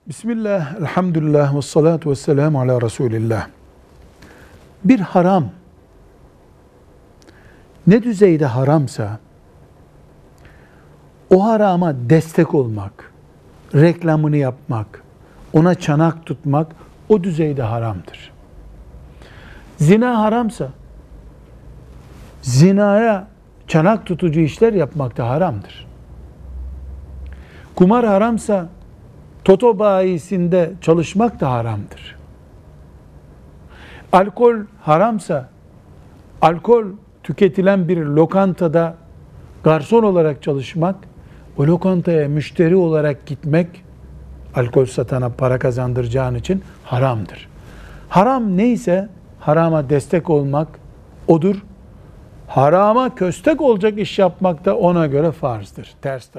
Bismillah, elhamdülillah, ve salatu ve selamu ala Resulillah. Bir haram, ne düzeyde haramsa, o harama destek olmak, reklamını yapmak, ona çanak tutmak, o düzeyde haramdır. Zina haramsa, zinaya çanak tutucu işler yapmak da haramdır. Kumar haramsa, toto bayisinde çalışmak da haramdır. Alkol haramsa, alkol tüketilen bir lokantada garson olarak çalışmak, o lokantaya müşteri olarak gitmek, alkol satana para kazandıracağın için haramdır. Haram neyse, harama destek olmak odur. Harama köstek olacak iş yapmak da ona göre farzdır. Ters